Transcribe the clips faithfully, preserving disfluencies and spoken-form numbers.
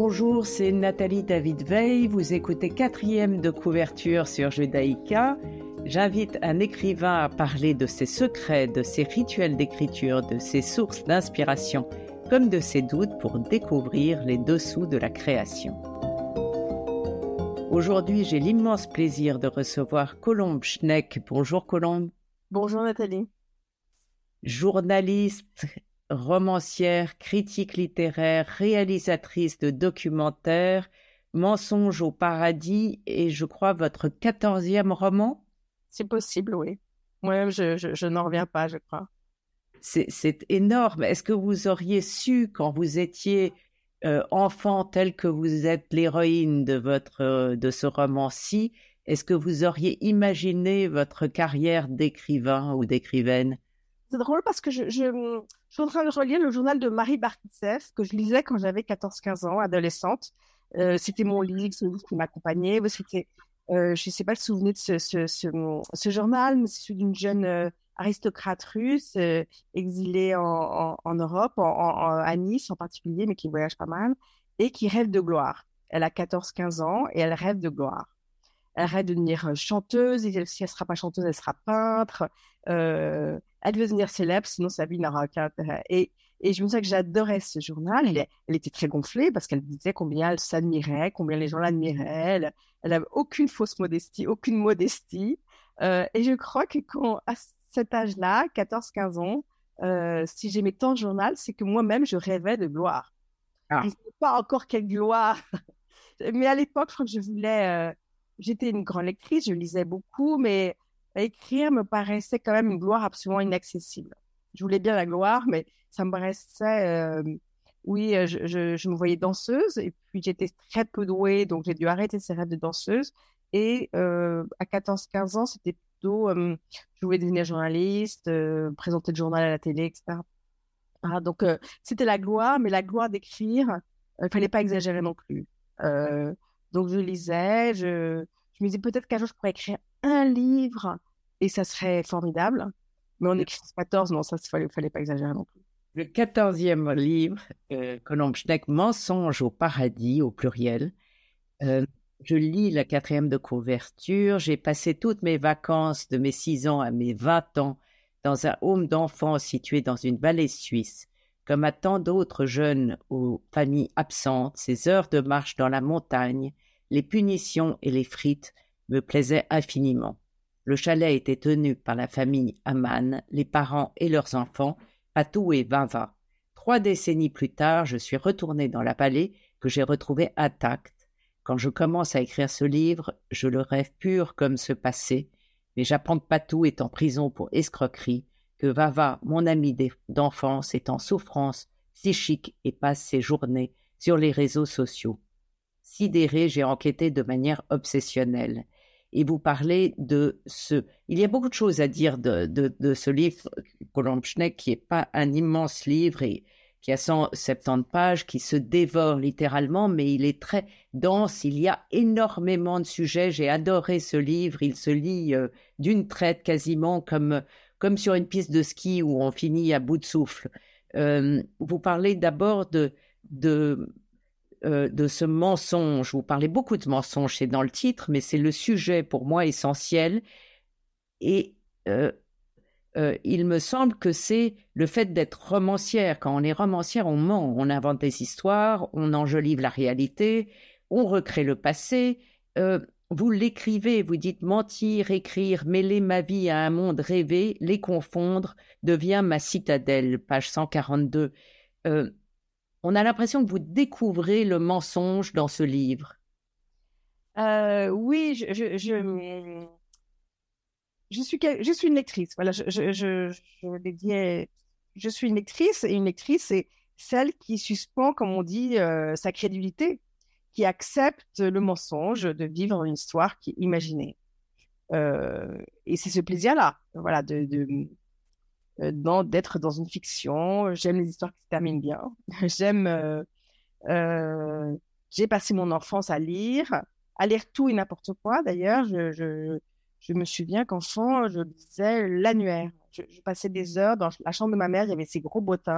Bonjour, c'est Nathalie David-Veil. Vous écoutez quatrième de couverture sur Judaïka. J'invite un écrivain à parler de ses secrets, de ses rituels d'écriture, de ses sources d'inspiration, comme de ses doutes pour découvrir les dessous de la création. Aujourd'hui, j'ai l'immense plaisir de recevoir Colombe Schneck. Bonjour Colombe. Bonjour Nathalie. Journaliste, romancière, critique littéraire, réalisatrice de documentaires, Mensonge au paradis et je crois votre quatorzième roman. C'est possible, oui. Moi-même, je, je, je n'en reviens pas, je crois. C'est, c'est énorme. Est-ce que vous auriez su, quand vous étiez euh, enfant, tel que vous êtes l'héroïne de, votre, euh, de ce roman-ci, est-ce que vous auriez imaginé votre carrière d'écrivain ou d'écrivaine? C'est drôle parce que je, je, je suis en train de relire le journal de Marie Barkitsev que je lisais quand j'avais quatorze quinze ans, adolescente. Euh, c'était mon livre, ce livre qui m'accompagnait. C'était, euh, je ne sais pas le souvenir de ce, ce, ce, ce journal, mais c'est celui d'une jeune euh, aristocrate russe euh, exilée en, en, en Europe, en, en, à Nice en particulier, mais qui voyage pas mal, et qui rêve de gloire. Elle a quatorze quinze ans et elle rêve de gloire. Elle rêve de devenir chanteuse, et si elle ne sera pas chanteuse, elle sera peintre. Euh, elle veut devenir célèbre, sinon sa vie n'aura aucun intérêt. Et, et je me souviens que j'adorais ce journal. Elle, elle était très gonflée parce qu'elle disait combien elle s'admirait, combien les gens l'admiraient. Elle, elle n'avait aucune fausse modestie, aucune modestie. Euh, et je crois que quand, à cet âge-là, quatorze quinze ans, euh, si j'aimais tant le journal, c'est que moi-même, je rêvais de gloire. Ah. Je ne sais pas encore quelle gloire. Mais à l'époque, je crois que je voulais... Euh, J'étais une grande lectrice, je lisais beaucoup, mais écrire me paraissait quand même une gloire absolument inaccessible. Je voulais bien la gloire, mais ça me paraissait... Euh, oui, je, je, je me voyais danseuse, et puis j'étais très peu douée, donc j'ai dû arrêter ces rêves de danseuse. Et euh, à quatorze quinze ans, c'était plutôt... Euh, je voulais devenir journaliste, euh, présenter le journal à la télé, et cetera. Ah, donc, euh, c'était la gloire, mais la gloire d'écrire, il euh, fallait pas exagérer non plus. Euh, donc, je lisais, je, je me disais peut-être qu'un jour, je pourrais écrire un livre et ça serait formidable. Mais on écrit quatorze, non, ça, il fallait, fallait pas exagérer non plus. Le quatorzième livre, euh, Colombe Schneck, Mensonge au paradis, au pluriel. Euh, je lis la quatrième de couverture. J'ai passé toutes mes vacances de mes six ans à mes vingt ans dans un home d'enfants situé dans une vallée suisse. Comme à tant d'autres jeunes aux familles absentes, ces heures de marche dans la montagne, les punitions et les frites me plaisaient infiniment. Le chalet était tenu par la famille Aman, les parents et leurs enfants, Patou et Vava. Trois décennies plus tard, je suis retournée dans la vallée que j'ai retrouvée intacte. Quand je commence à écrire ce livre, je le rêve pur comme ce passé, mais j'apprends que Patou est en prison pour escroquerie, que Vava, mon ami d'enfance, est en souffrance psychique et passe ses journées sur les réseaux sociaux. Sidéré, j'ai enquêté de manière obsessionnelle. Et vous parlez de ce... Il y a beaucoup de choses à dire de, de, de ce livre, Colombe Schneck, qui n'est pas un immense livre et qui a cent soixante-dix pages, qui se dévore littéralement, mais il est très dense, il y a énormément de sujets. J'ai adoré ce livre, il se lit euh, d'une traite quasiment comme, comme sur une piste de ski où on finit à bout de souffle. Euh, vous parlez d'abord de... de Euh, de ce mensonge. Vous parlez beaucoup de mensonges, c'est dans le titre, mais c'est le sujet pour moi essentiel. Et euh, euh, il me semble que c'est le fait d'être romancière. Quand on est romancière, on ment, on invente des histoires, on enjolive la réalité, on recrée le passé. Euh, vous l'écrivez, vous dites mentir, écrire, mêler ma vie à un monde rêvé, les confondre, devient ma citadelle, page cent quarante-deux. Euh, On a l'impression que vous découvrez le mensonge dans ce livre. Euh, oui, je, je, je, je, suis, je suis une lectrice. Voilà, je, je, je, je l'ai dit, je suis une lectrice, et une lectrice, c'est celle qui suspend, comme on dit, euh, sa crédulité, qui accepte le mensonge de vivre une histoire qui est imaginée. Euh, et c'est ce plaisir-là, voilà, de, de, euh, dans, d'être dans une fiction. J'aime les histoires qui se terminent bien. J'aime... Euh, euh, j'ai passé mon enfance à lire, à lire tout et n'importe quoi. D'ailleurs, je, je, je me souviens qu'enfant, je lisais l'annuaire. Je, je passais des heures dans la chambre de ma mère, il y avait ces gros bottins,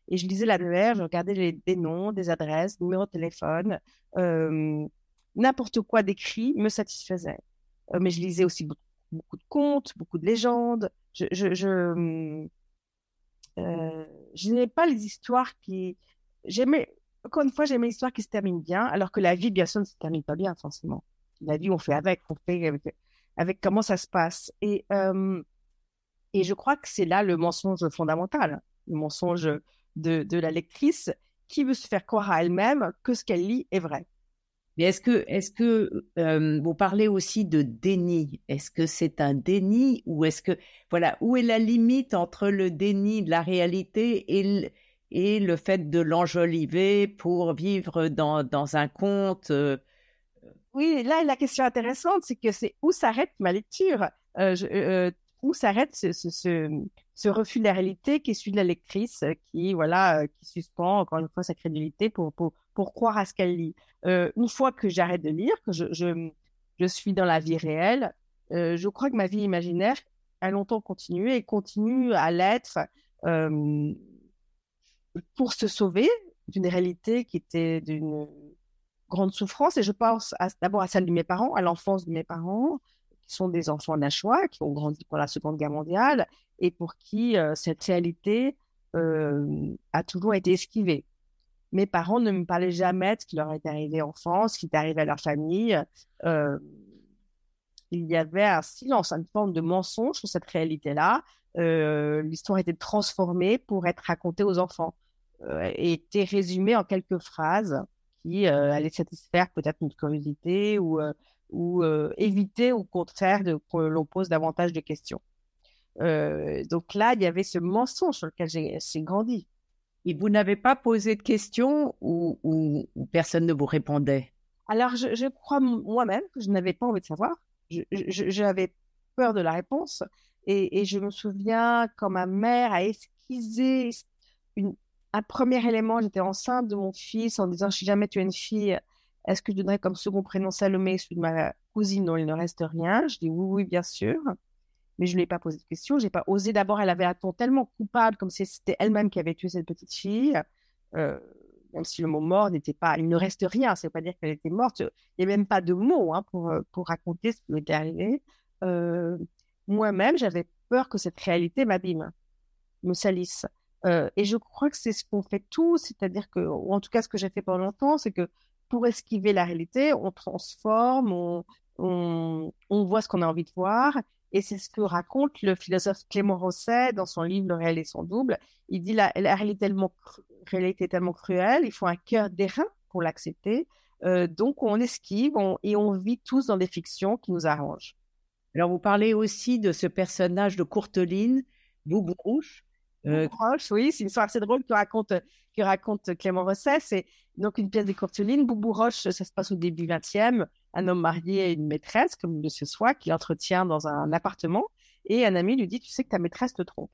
Et je lisais l'annuaire, je regardais les, des noms, des adresses, numéros de téléphone, euh, n'importe quoi d'écrit me satisfaisait. Euh, mais je lisais aussi beaucoup, beaucoup de contes, beaucoup de légendes. Je, je, je, euh, je n'aimais pas les histoires qui... J'aimais, encore une fois, j'aimais les histoires qui se terminent bien, alors que la vie, bien sûr, ne se termine pas bien, forcément. La vie, on fait avec, on fait avec, avec comment ça se passe. Et, euh, et je crois que c'est là le mensonge fondamental, le mensonge de, de la lectrice qui veut se faire croire à elle-même que ce qu'elle lit est vrai. Mais est-ce que, est-ce que euh, vous parlez aussi de déni? Est-ce que c'est un déni ou est-ce que, voilà, où est la limite entre le déni de la réalité et le, et le fait de l'enjoliver pour vivre dans, dans un conte euh... Oui, là, la question intéressante, c'est que c'est où s'arrête ma lecture, euh, je, euh, où s'arrête ce, ce, ce, ce refus de la réalité qui est celui de la lectrice, euh, qui, voilà, euh, qui suspend encore une fois sa crédulité pour, pour, pour croire à ce qu'elle lit. Euh, une fois que j'arrête de lire, que je, je, je suis dans la vie réelle, euh, je crois que ma vie imaginaire a longtemps continué et continue à l'être euh, pour se sauver d'une réalité qui était d'une grande souffrance. Et je pense à- d'abord à celle de mes parents, à l'enfance de mes parents, qui sont des enfants d'Achois, qui ont grandi pendant la Seconde Guerre mondiale et pour qui euh, cette réalité euh, a toujours été esquivée. Mes parents ne me parlaient jamais de ce qui leur était arrivé enfant, ce qui est arrivé à leur famille. Euh, il y avait un silence, une forme de mensonge sur cette réalité-là. Euh, l'histoire était transformée pour être racontée aux enfants euh, et était résumée en quelques phrases qui euh, allaient satisfaire peut-être une curiosité ou, euh, ou euh, éviter au contraire de, que l'on pose davantage de questions. Euh, donc là, il y avait ce mensonge sur lequel j'ai, j'ai grandi. Et vous n'avez pas posé de questions ou, ou, ou personne ne vous répondait? Alors, je, je crois moi-même que je n'avais pas envie de savoir. Je, je, j'avais peur de la réponse. Et, et je me souviens quand ma mère a esquissé une, un premier élément. J'étais enceinte de mon fils en disant, si jamais tu as une fille, est-ce que je donnerais comme second prénom Salomé, celui de ma cousine dont il ne reste rien? Je dis oui, oui, bien sûr. Mais je ne lui ai pas posé de questions. J'ai pas osé. D'abord, elle avait un ton tellement coupable, comme si c'était elle-même qui avait tué cette petite fille. Euh, même si le mot mort n'était pas, il ne reste rien, ça ne veut pas dire qu'elle était morte, il n'y a même pas de mots hein, pour, pour raconter ce qui lui était arrivé. Euh, moi-même, j'avais peur que cette réalité m'abîme, me salisse. Euh, et je crois que c'est ce qu'on fait tous, c'est-à-dire que, ou en tout cas ce que j'ai fait pendant longtemps, c'est que pour esquiver la réalité, on transforme, on, on, on voit ce qu'on a envie de voir, et c'est ce que raconte le philosophe Clément Rosset dans son livre Le réel et son double. Il dit la, la réalité, est tellement, réalité est tellement cruelle, il faut un cœur d'airain pour l'accepter. Euh, donc on esquive on, et on vit tous dans des fictions qui nous arrangent. Alors, vous parlez aussi de ce personnage de Courteline, Boubourouche. Euh, Boubouroche, oui, c'est une histoire assez drôle que raconte, que raconte Clément Rosset. C'est donc une pièce des Courtelines. Boubouroche, ça se passe au début du vingtième. Un homme marié et une maîtresse, comme Monsieur Soie, qui entretient dans un appartement. Et un ami lui dit, tu sais que ta maîtresse te trompe.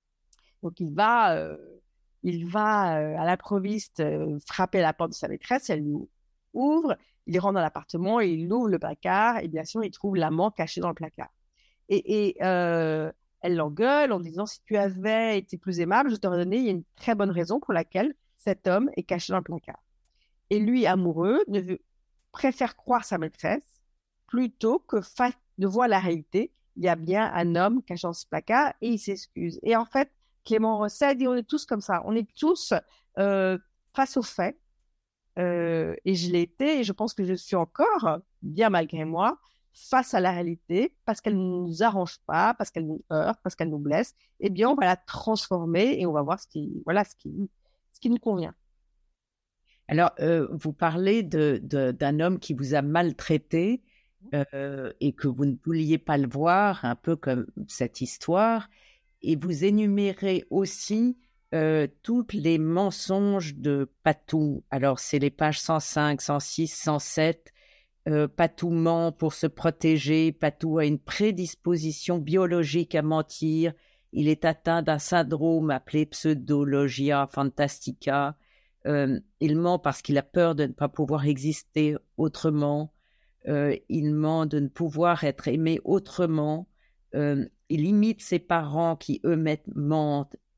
Donc il va, euh, il va euh, à l'improviste euh, frapper à la porte de sa maîtresse. Elle lui ouvre. Il rentre dans l'appartement et il ouvre le placard. Et bien sûr, il trouve l'amant caché dans le placard. Et, et euh, elle l'engueule en disant, si tu avais été plus aimable, je t'aurais donné, il y a une très bonne raison pour laquelle cet homme est caché dans le placard. Et lui, amoureux, ne veut, préfère croire sa maîtresse plutôt que fa- de voir la réalité. Il y a bien un homme caché dans ce placard et il s'excuse. Et en fait, Clément Rosset dit, on est tous comme ça. On est tous euh, face aux faits. Euh, et je l'ai été et je pense que je suis encore, bien malgré moi, face à la réalité, parce qu'elle ne nous arrange pas, parce qu'elle nous heurte, parce qu'elle nous blesse, eh bien, on va la transformer et on va voir ce qui, voilà, ce qui, ce qui nous convient. Alors, euh, vous parlez de, de, d'un homme qui vous a maltraité euh, et que vous ne vouliez pas le voir, un peu comme cette histoire, et vous énumérez aussi euh, tous les mensonges de Patou. Alors, c'est les pages cent cinq, cent six, cent sept. Euh, Patou ment pour se protéger. Patou a une prédisposition biologique à mentir. Il est atteint d'un syndrome appelé pseudologia fantastica. Euh, il ment parce qu'il a peur de ne pas pouvoir exister autrement. Euh, il ment de ne pouvoir être aimé autrement. Euh, il imite ses parents qui eux-mêmes mentent.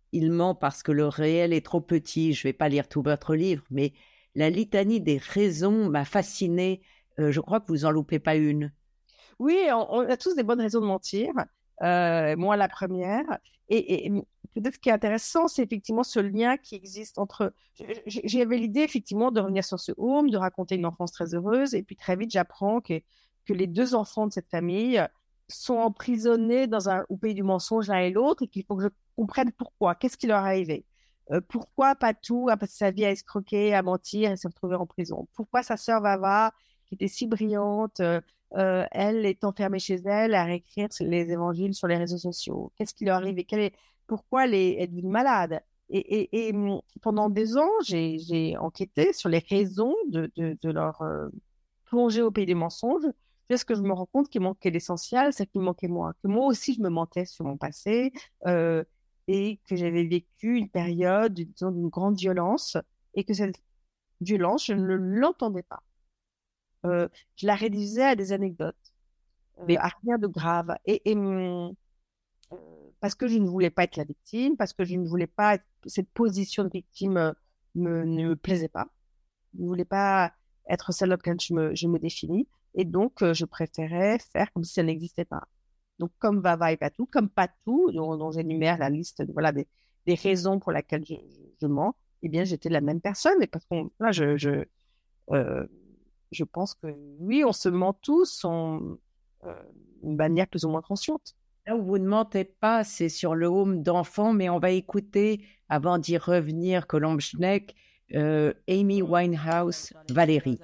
il ment parce que le réel est trop petit. Je ne vais pas lire tout votre livre, mais la litanie des raisons m'a fascinée. Euh, je crois que vous en loupez pas une. Oui, on, on a tous des bonnes raisons de mentir. Euh, moi, la première. Et, et peut-être ce qui est intéressant, c'est effectivement ce lien qui existe entre... J'avais l'idée, effectivement, de revenir sur ce home, de raconter une enfance très heureuse. Et puis, très vite, j'apprends que, que les deux enfants de cette famille sont emprisonnés dans un, au pays du mensonge l'un et l'autre et qu'il faut que je comprenne pourquoi. Qu'est-ce qui leur est arrivé? Euh, pourquoi Patou a passé sa vie à escroquer, à mentir et s'est retrouvé en prison? Pourquoi sa sœur Vava, qui était si brillante, euh, euh, elle est enfermée chez elle à réécrire les évangiles sur les réseaux sociaux? Qu'est-ce qui leur arrive et quelle est... pourquoi elle est, elle est devenue malade? Et, et, et hum, pendant des ans, j'ai, j'ai enquêté sur les raisons de, de, de leur euh, plongée au pays des mensonges. Parce que je me rends compte qu'il manquait l'essentiel, c'est qu'il me manquait moi. Que moi aussi, je me mentais sur mon passé euh, et que j'avais vécu une période, disons, d'une grande violence et que cette violence, je ne l'entendais pas. Euh, je la réduisais à des anecdotes, euh, Mais à rien de grave. Et, et hum, euh, parce que je ne voulais pas être la victime, parce que je ne voulais pas être... cette position de victime euh, me, ne me plaisait pas. Je ne voulais pas être celle auquel je me, je me définis. Et donc, euh, je préférais faire comme si ça n'existait pas. Donc, comme Vava et Patou, comme Patou, dont, dont j'énumère la liste voilà, des, des raisons pour lesquelles je, je, je mens, eh bien, j'étais la même personne. Et parce que là, je, je, euh, je pense que oui, on se ment tous en euh, une manière plus ou moins consciente. là où vous ne mentez pas, c'est sur le home d'enfants, mais on va écouter, avant d'y revenir, Colombe Schneck, euh, Amy Winehouse, Valérie.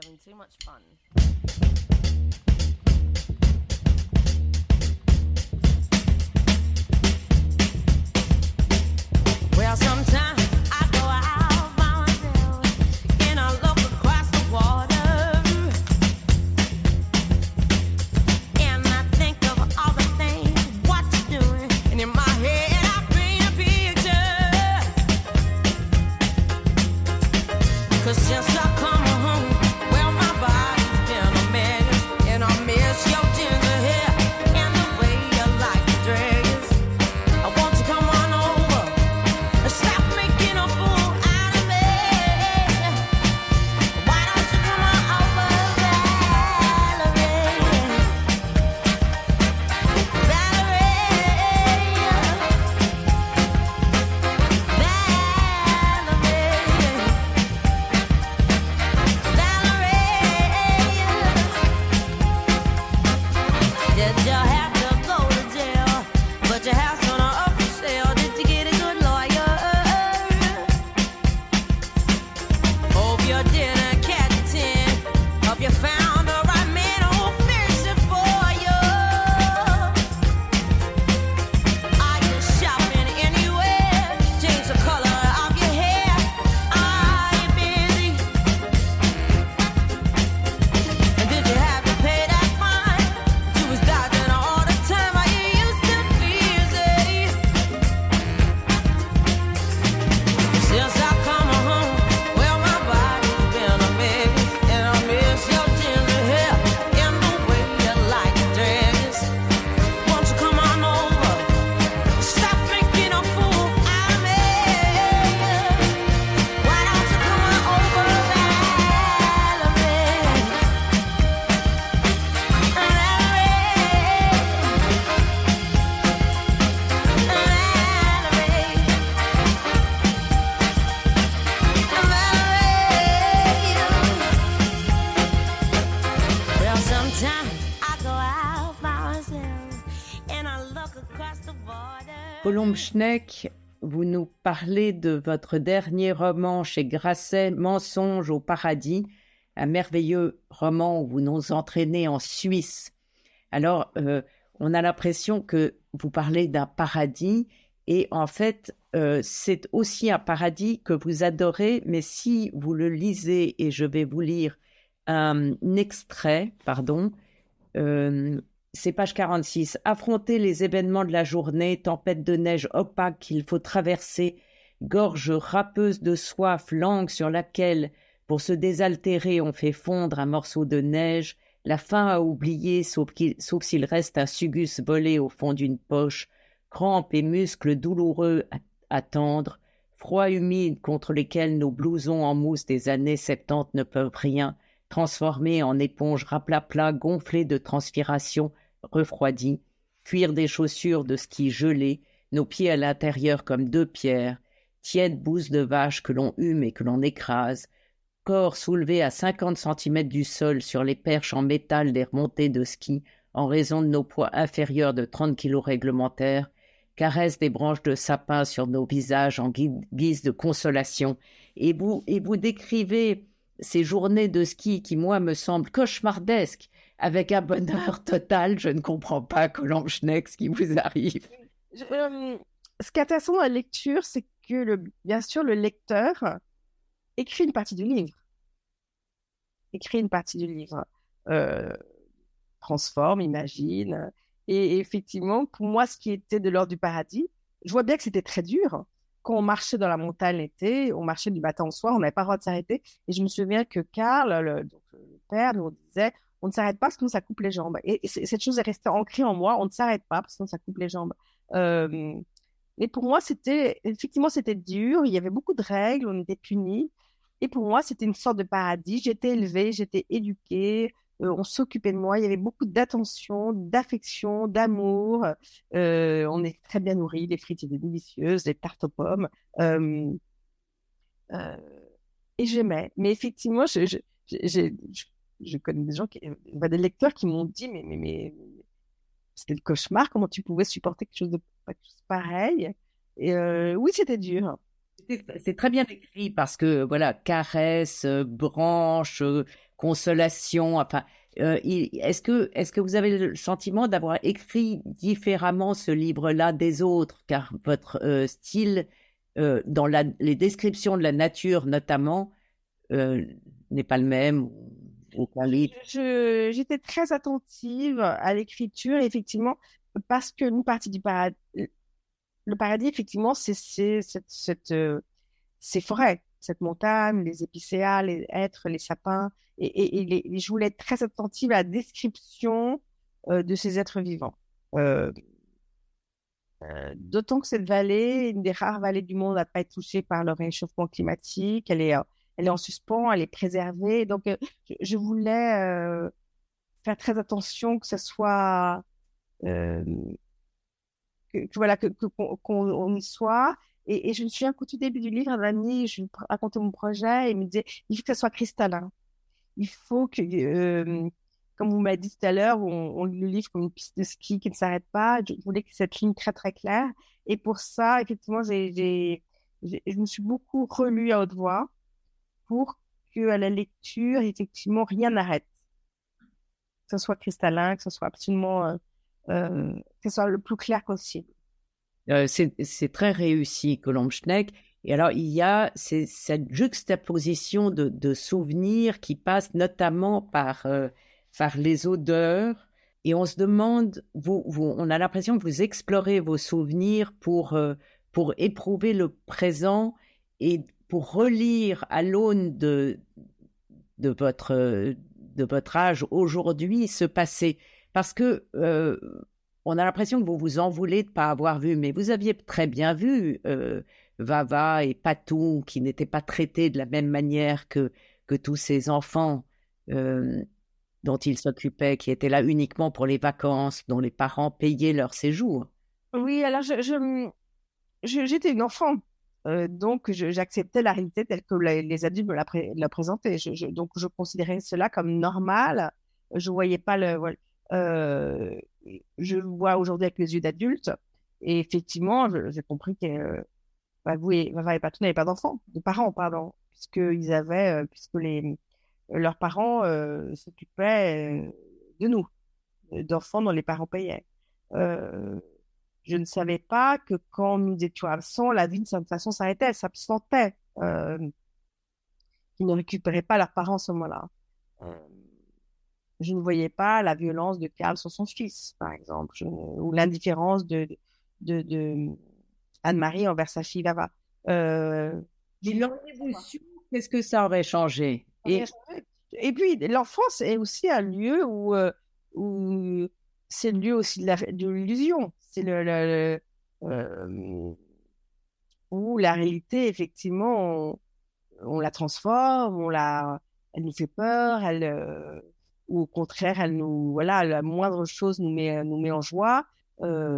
Well, sometimes I go out by myself and I look across the water and I think of all the things what you're doing, and in my head I paint a picture. 'Cause since I come home, well, my body's been a mess, and I miss your ginger hair and the way you like to dress. I want you to come on over. Stop making a fool out of me. Why don't you come on over, Valerie? Valerie, Valerie, did you have to go to jail? But your house on up for sale. Did you get a good lawyer? Hope you didn't catch a tin. Hope you found the right man who'll fix it for you. Are you shopping anywhere? Change the color of your hair. Are you busy? And did you have to pay that fine? You was dodging all the time. Are you used to busy? Since I come home, well, my body's been a mess, and I miss your ginger hair and the way you like to dress. Won't you come on over? Stop making a fool out of me. Why don't you come on over, Valerie? Well, sometimes I go out by myself and I look across the border. Colombe Schneck, vous nous parlez de votre dernier roman chez Grasset, Mensonge au paradis, un merveilleux roman où vous nous entraînez en Suisse. Alors, euh, on a l'impression que vous parlez d'un paradis et en fait, euh, c'est aussi un paradis que vous adorez, mais si vous le lisez, et je vais vous lire un extrait, pardon, euh, c'est page quarante-six. Affronter les événements de la journée, tempête de neige opaque qu'il faut traverser, gorge râpeuse de soif, langue sur laquelle, pour se désaltérer, on fait fondre un morceau de neige, la faim à oublier, sauf, qu'il, sauf s'il reste un sugus volé au fond d'une poche, crampes et muscles douloureux attendre, froids humides contre lesquels nos blousons en mousse des années soixante-dix ne peuvent rien, transformés en éponges raplapla gonflées de transpiration refroidie, cuir des chaussures de ski gelées, nos pieds à l'intérieur comme deux pierres, tièdes bouses de vache que l'on hume et que l'on écrase, corps soulevés à cinquante centimètres du sol sur les perches en métal des remontées de ski en raison de nos poids inférieurs de trente kilos réglementaires, caresse des branches de sapin sur nos visages en guise de consolation, et vous, et vous décrivez ces journées de ski qui, moi, me semblent cauchemardesques, avec un bonheur total. Je ne comprends pas, Colombe Schneck, ce qui vous arrive. Je- euh, ce qui est intéressant dans la lecture, c'est que, le, bien sûr, le lecteur écrit une partie du livre. Écrit une partie du livre. Euh, transforme, imagine. Et effectivement, pour moi, ce qui était de l'ordre du paradis, je vois bien que c'était très dur. Quand on marchait dans la montagne l'été, on marchait du matin au soir, on n'avait pas le droit de s'arrêter. Et je me souviens que Karl, le, donc, le père, nous disait, on ne s'arrête pas parce que ça coupe les jambes. Et, et cette chose est restée ancrée en moi, on ne s'arrête pas parce que ça coupe les jambes. Euh, mais pour moi, c'était, effectivement, c'était dur. Il y avait beaucoup de règles, on était punis. Et pour moi, c'était une sorte de paradis. J'étais élevée, j'étais éduquée. Euh, on s'occupait de moi, il y avait beaucoup d'attention, d'affection, d'amour. Euh, on est très bien nourris, les frites étaient délicieuses, les tartes aux pommes. Euh, euh, et j'aimais. Mais effectivement, je, je, je, je, je- je connais des gens, qui, bah, des lecteurs qui m'ont dit, mais, mais, mais c'était le cauchemar, comment tu pouvais supporter quelque chose de quelque chose de pareil? Et euh, oui, c'était dur. C'est c'est très bien écrit parce que, voilà, caresse, euh, branche, euh, consolation, enfin, euh, il- est-ce que, est-ce que vous avez le sentiment d'avoir écrit différemment ce livre-là des autres, car votre euh, style, euh, dans la, les descriptions de la nature notamment, euh, n'est pas le même, aucun livre. Je, j'étais très attentive à l'écriture, effectivement, parce que une partie du paradis, le paradis, effectivement, c'est c'est cette, cette, euh, ces forêts, cette montagne, les épicéas, les hêtres, les sapins. Et, et, et les- et je voulais être très attentive à la description euh, de ces êtres vivants. Euh, euh, d'autant que cette vallée est une des rares vallées du monde à ne pas être touchée par le réchauffement climatique. Elle est, euh, elle est en suspens, elle est préservée. Donc, euh, je, je voulais euh, faire très attention que ce soit euh, que, que voilà que, que- qu'on qu'on on y soit. Et, et je me souviens qu'au tout début du livre, un ami, je lui racontais mon projet et il me disait, il faut que ça soit cristallin. Il faut que, euh, comme vous m'avez dit tout à l'heure, on, on lit le livre comme une piste de ski qui ne s'arrête pas. Je voulais que cette ligne très très claire. Et pour ça, effectivement, j'ai, j'ai, j'ai- je me suis beaucoup relue à haute voix pour que à la lecture, effectivement, rien n'arrête. Que ce soit cristallin, que ce soit absolument, euh, euh, que ce soit le plus clair possible. Euh, c'est c'est très réussi, Colombe Schneck. Et alors, il y a c'est- cette juxtaposition de, de souvenirs qui passe notamment par, euh, par les odeurs. Et on se demande, vous, vous, on a l'impression que vous explorez vos souvenirs pour, euh, pour éprouver le présent et pour relire à l'aune de, de votre, euh, de votre âge aujourd'hui ce passé. Parce que euh, on a l'impression que vous vous en voulez de ne pas avoir vu, mais vous aviez très bien vu euh, Vava et Patou, qui n'étaient pas traités de la même manière que, que tous ces enfants euh, dont ils s'occupaient, qui étaient là uniquement pour les vacances, dont les parents payaient leur séjour. Oui, alors je, je, je- j'étais une enfant, Euh, donc je- j'acceptais la réalité telle que les, les adultes me la, pré- la présentaient. Je, je- donc je considérais cela comme normal. Je voyais pas le, voilà. Euh, je le vois aujourd'hui avec les yeux d'adulte. Et effectivement, je- j'ai compris que euh, bah, vous et Vava et Patou n'avaient pas d'enfants, de parents, pardon, puisqu'ils avaient, euh, puisque les, leurs parents euh, s'occupaient euh, de nous, euh, d'enfants dont les parents payaient. Euh, je ne savais pas que quand nous étions absents, la vie de cette façon s'arrêtait, elle s'absentait, euh, qu'ils ne récupéraient pas leurs parents à ce moment-là. Euh, je ne voyais pas la violence de Karl sur son fils, par exemple, je- ou l'indifférence de, de, de Anne-Marie envers sa fille Vava. Euh, Mais l'auriez-vous su, qu'est-ce que ça aurait changé? Et Et puis, l'enfance est aussi un lieu où, euh, où c'est le lieu aussi de la- de l'illusion. C'est le, le- le- euh, où la réalité, effectivement, on, on la transforme, on la, elle nous fait peur, elle, euh, ou au contraire, elle nous, voilà, la moindre chose nous met, nous met en joie. Euh,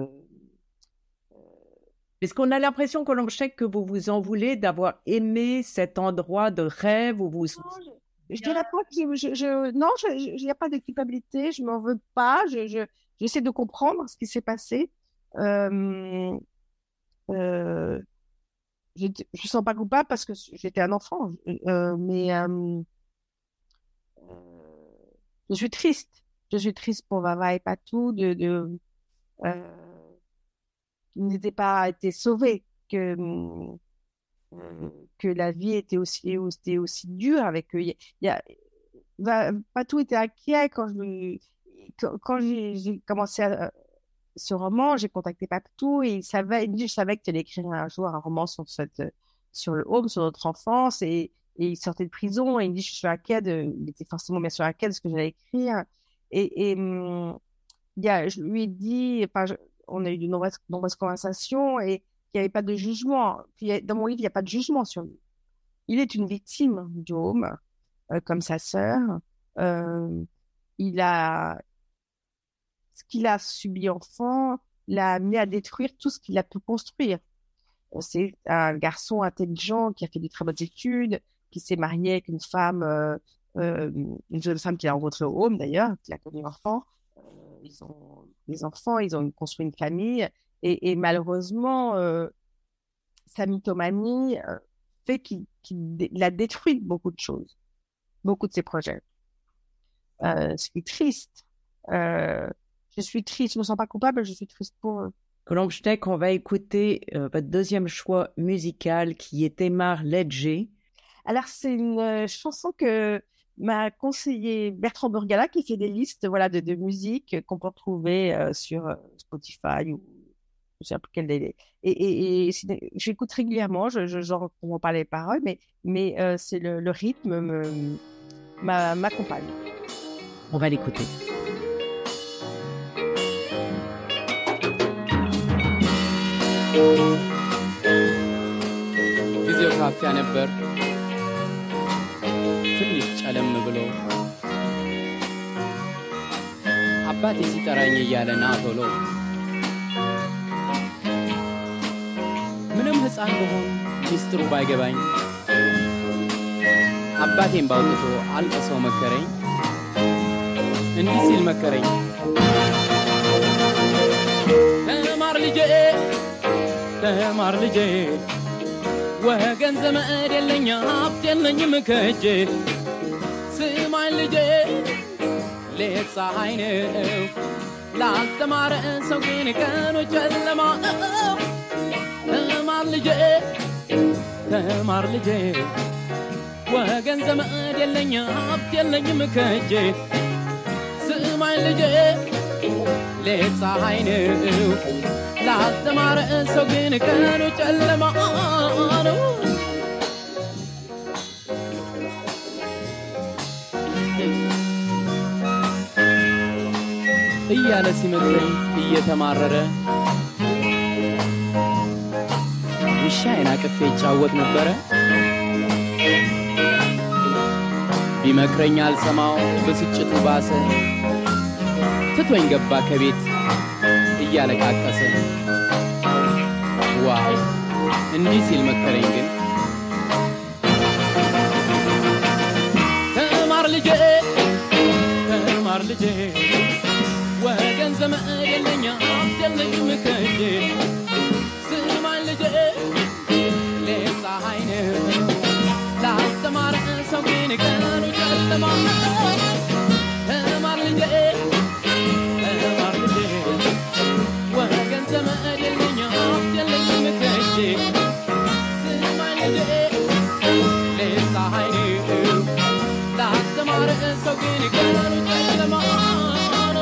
Est-ce qu'on a l'impression, Colombe Schneck, que vous vous en voulez d'avoir aimé cet endroit de rêve où vous... non, je, je dirais pas que je, je, non, il n'y a pas de culpabilité, je m'en veux pas, je, je, j'essaie de comprendre ce qui s'est passé. Euh, euh, je ne sens pas coupable parce que j'étais un enfant, euh, mais euh, je suis triste. Je suis triste pour Vava et Patou de, de euh, qu'ils n'étaient pas été sauvés, que euh, que la vie était aussi était aussi dure avec eux. Il y a, Va- Patou était inquiet quand je lui- quand, quand j'ai j'ai commencé à, ce roman, j'ai contacté Patou et il savait, il me dit, je savais que tu allais écrire un jour un roman sur cette, sur le home, sur notre enfance et, et il sortait de prison et il me dit, je suis inquiet de, il était forcément bien sûr inquiet de ce que j'allais écrire et, et hum, il y a, je lui ai dit, enfin, je- on a eu de nombreuses, nombreuses conversations et qu'il n'y avait pas de jugement. Puis, il y a- dans mon livre, il n'y a pas de jugement sur lui. Il est une victime du home, euh, comme sa sœur. Euh, il a, ce qu'il a subi enfant l'a amené à détruire tout ce qu'il a pu construire. Euh, C'est un garçon intelligent qui a fait de très bonnes études, qui s'est marié avec une femme, euh, euh, une jeune femme qu'il a rencontrée au home d'ailleurs, qu'il a connue enfant. Euh, ils ont des enfants, ils ont construit une famille et, et malheureusement, euh, sa mythomanie euh, fait qu'il qu'il dé- il a détruit beaucoup de choses, beaucoup de ses projets. Euh, ce qui est triste. Euh, je suis triste, je me sens pas coupable, je suis triste pour eux. Colombe Schneck, on va écouter euh, votre deuxième choix musical qui est Aymar Ledger. Alors, c'est une euh, chanson que m'a conseillé Bertrand Burgala, qui fait des listes, voilà, de, de musique qu'on peut retrouver euh, sur euh, Spotify ou je sais plus quel délai. Et, et, et c'est- j'écoute régulièrement, je, je, genre, pour m'en parler les paroles, mais, mais euh, c'est le, le rythme me, m'a- m'accompagne. On va l'écouter. ጊዜው ካፊያ ነበር ትንሽ ጨለም ብሎ አባቴ ሲጠራኝ እያለ ና ቶሎ ምንም ሕፃን ብሆን ሚስጥሩ ባይገባኝ አባቴን ባውጥቶ አልቅሶ መከረኝ እንዲህ ሲል መከረኝ ተማር ልጄ ተማር ልጄ ወገን ዘመድ የለኝ ሀብት የለኝም ከእጄ ስማኝ ልጄ ሌት ፀሐይ ነው ላልተማረ ሰው ግን ቀኑ ጨለማ ነው ተማር ልጄ ተማር ልጄ ወገን ዘመድ የለኝ ሀብት የለኝም ከእጄ ስማኝ ልጄ ሌት ፀሐይ ነው ላልተማረ ሰው ግን ቀኑ ጨለማ ነው እያለ ሲመክረኝ እየተማረረ ውሻዬን አቅፌ ይጫወት ነበረ ቢመክረኝ አልሰማው ብስጭቱ ባሰ ትቶኝ ገባ ከቤት እያለቃቀሰ ዋው እንዲህ ሲል መከረኝ ግን ተማር ልጄ ተማር ልጄ ወገን ዘመድ የለኝ ሀብት የለኝም ከእጄ ስማኝ ልጄ ሌት ፀሐይ ነው ላልተማረ ሰው ግን ቀኑ ጨለማ ነው ተማር ልጄ ተማር ልጄ ወገን ዘመድ የለኝ ሀብት የለኝም ከእጄ ስማኝ ልጄ ሌት ፀሐይ ነው ላልተማረ ሰው ግን ቀኑ ጨለማ ነው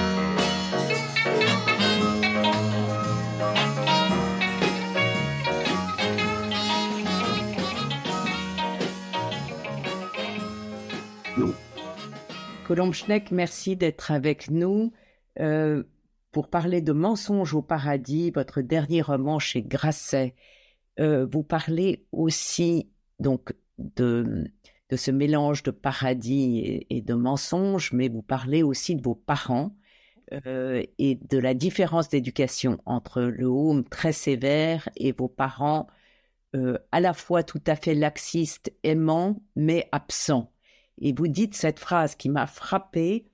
Colombe Schneck, merci d'être avec nous euh, pour parler de Mensonges au paradis, votre dernier roman chez Grasset. euh, vous parlez aussi donc de, de ce mélange de paradis et, et de mensonges, mais vous parlez aussi de vos parents euh, et de la différence d'éducation entre le home très sévère et vos parents euh, à la fois tout à fait laxistes, aimants, mais absents. Et vous dites cette phrase qui m'a frappée.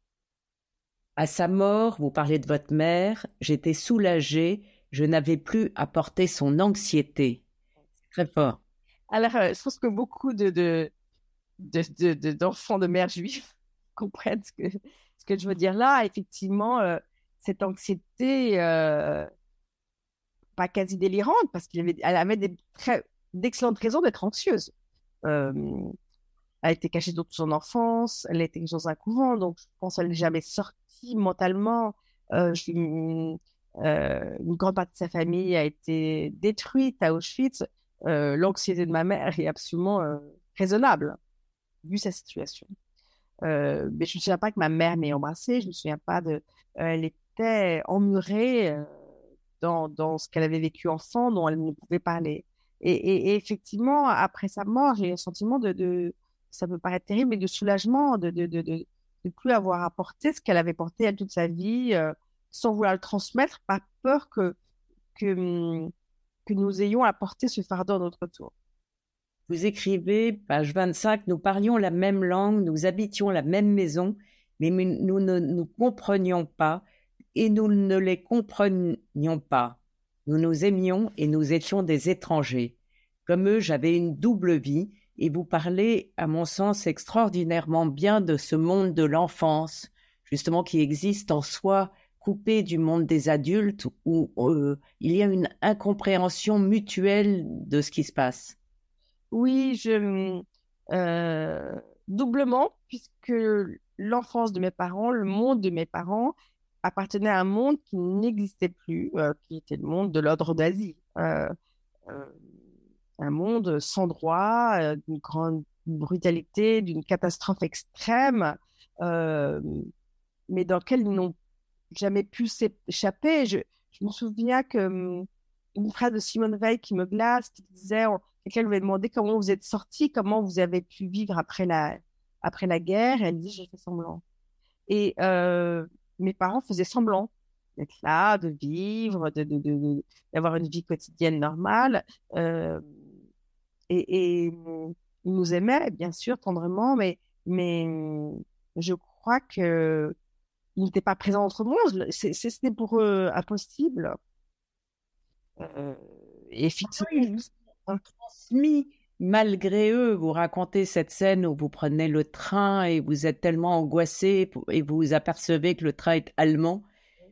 À sa mort, vous parlez de votre mère, j'étais soulagée, je n'avais plus à porter son anxiété. C'est très fort. Alors, euh, je pense que beaucoup de, de, de, de- de- d'enfants de mères juives comprennent ce que, ce que je veux dire là. Effectivement, euh, cette anxiété, euh, pas quasi délirante, parce qu'elle avait, elle avait des très, d'excellentes raisons d'être anxieuse. Euh, Elle a été cachée toute son enfance, elle a été dans un couvent, donc je pense qu'elle n'est jamais sortie mentalement. Euh, je- une, euh, une grande partie de sa famille a été détruite à Auschwitz. Euh, l'anxiété de ma mère est absolument euh, raisonnable, vu sa situation. Euh, mais je ne me souviens pas que ma mère m'ait embrassée, je ne me souviens pas de... euh, elle était emmurée euh, dans, dans ce qu'elle avait vécu enfant, dont elle ne pouvait parler. Et, et, et effectivement, après sa mort, j'ai eu un sentiment de, de, ça peut paraître terrible, mais de soulagement, de de, de, de, de plus avoir à porter ce qu'elle avait porté à toute sa vie, euh, sans vouloir le transmettre, par peur que, que, hum, que nous ayons à porter ce fardeau à notre tour. Vous écrivez, page vingt-cinq, nous parlions la même langue, nous habitions la même maison, mais nous ne nous comprenions pas et nous ne les comprenions pas. Nous nous aimions et nous étions des étrangers. Comme eux, j'avais une double vie et vous parlez, à mon sens, extraordinairement bien de ce monde de l'enfance, justement qui existe en soi, coupé du monde des adultes, où euh, il y a une incompréhension mutuelle de ce qui se passe. Oui, je, euh, doublement, puisque l'enfance de mes parents, le monde de mes parents, appartenait à un monde qui n'existait plus, euh, qui était le monde de l'ordre d'Asie. Euh, euh, un monde sans droit, euh, d'une grande brutalité, d'une catastrophe extrême, euh, mais dans lequel ils n'ont jamais pu s'échapper. Je, je me souviens que hum, une phrase de Simone Veil qui me glace, qui disait, on- quelqu'un lui avait demandé comment vous êtes sorti, comment vous avez pu vivre après la, après la guerre. Et elle dit, j'ai fait semblant. Et euh, mes parents faisaient semblant d'être là, de vivre, de, de, de, de- d'avoir une vie quotidienne normale. Euh, et, et hum, ils nous aimaient, bien sûr, tendrement, mais, mais hum, je crois que ils n'étaient pas présents entre nous. C'est- c'est- C'était pour eux impossible. Euh, et effectivement, Transmis malgré eux. Vous racontez cette scène où vous prenez le train et vous êtes tellement angoissé pour- et vous vous apercevez que le train est allemand.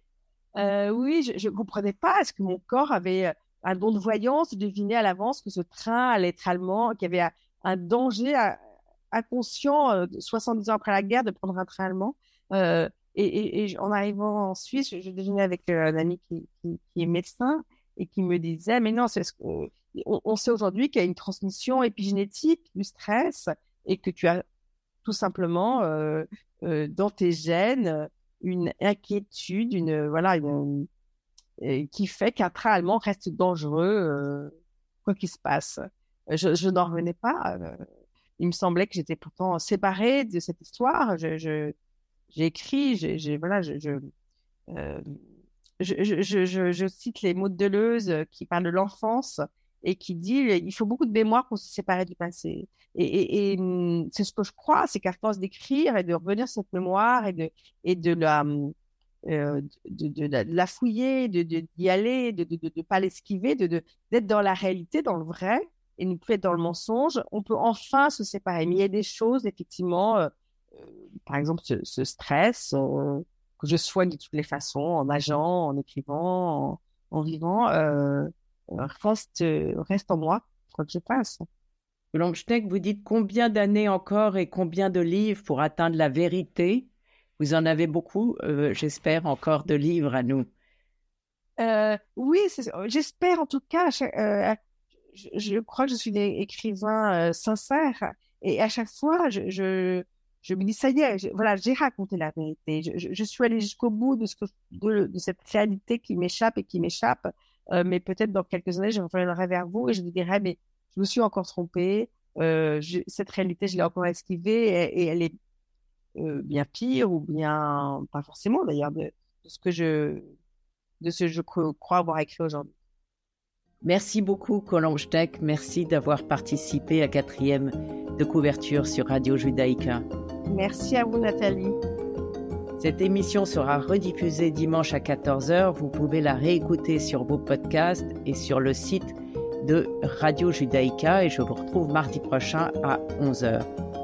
euh, oui, je ne comprenais pas. Est-ce que mon corps avait euh, un don de voyance, de deviner à l'avance que ce train allait être allemand, qu'il y avait un, un danger euh, inconscient, euh, soixante-dix ans après la guerre, de prendre un train allemand. Euh, et, et, et en arrivant en Suisse, je, je déjeunais avec euh, un ami qui, qui, qui est médecin et qui me disait, mais non, c'est ce qu'on- on, on sait aujourd'hui qu'il y a une transmission épigénétique du stress et que tu as tout simplement euh, euh, dans tes gènes une inquiétude, une voilà, une, euh, qui fait qu'un train allemand reste dangereux euh, quoi qu'il se passe. Je, je n'en revenais pas. euh, il me semblait que j'étais pourtant séparée de cette histoire. Je, je, j'ai écrit, j'ai, j'ai- voilà, je, je, euh, je, je, je, je- je cite les mots de Deleuze euh, qui parlent de l'enfance et qui dit il faut beaucoup de mémoire pour se séparer du passé. Et, et, et hum, c'est ce que je crois, c'est qu'à force d'écrire et de revenir sur cette mémoire et de, et de la, hum, euh, de, de, de la de la fouiller, de, de, d'y aller, de ne de, de, de pas l'esquiver, de, de, d'être dans la réalité, dans le vrai et ne plus être dans le mensonge, on peut enfin se séparer. Mais il y a des choses, effectivement, euh, euh, par exemple, ce, ce stress, euh, que je soigne de toutes les façons, en nageant, en écrivant, en, en vivant, euh, euh, reste, reste en moi, quoi que je fasse. Blomstedt, vous dites combien d'années encore et combien de livres pour atteindre la vérité? Vous en avez beaucoup, euh, j'espère, encore de livres à nous. Euh, oui, c'est- j'espère en tout cas. à chaque- euh, je, je crois que je suis des écrivain euh, sincère et à chaque fois, je, je, je me dis ça y est, je- voilà, j'ai raconté la vérité. Je, je, je suis allée jusqu'au bout de ce que de, de cette réalité qui m'échappe et qui m'échappe. Euh, mais peut-être dans quelques années, je reviendrai vers vous et je vous dirai, mais je me suis encore trompée. Euh, je, cette réalité, je l'ai encore esquivée et, et elle est euh, bien pire ou bien pas forcément d'ailleurs de, de ce que je de ce que je crois avoir écrit aujourd'hui. Merci beaucoup, Colombe Schneck. Merci d'avoir participé à quatrième de couverture sur Radio Judaïka. Merci à vous, Nathalie. Cette émission sera rediffusée dimanche à quatorze heures. Vous pouvez la réécouter sur vos podcasts et sur le site de Radio Judaïka. Et je vous retrouve mardi prochain à onze heures.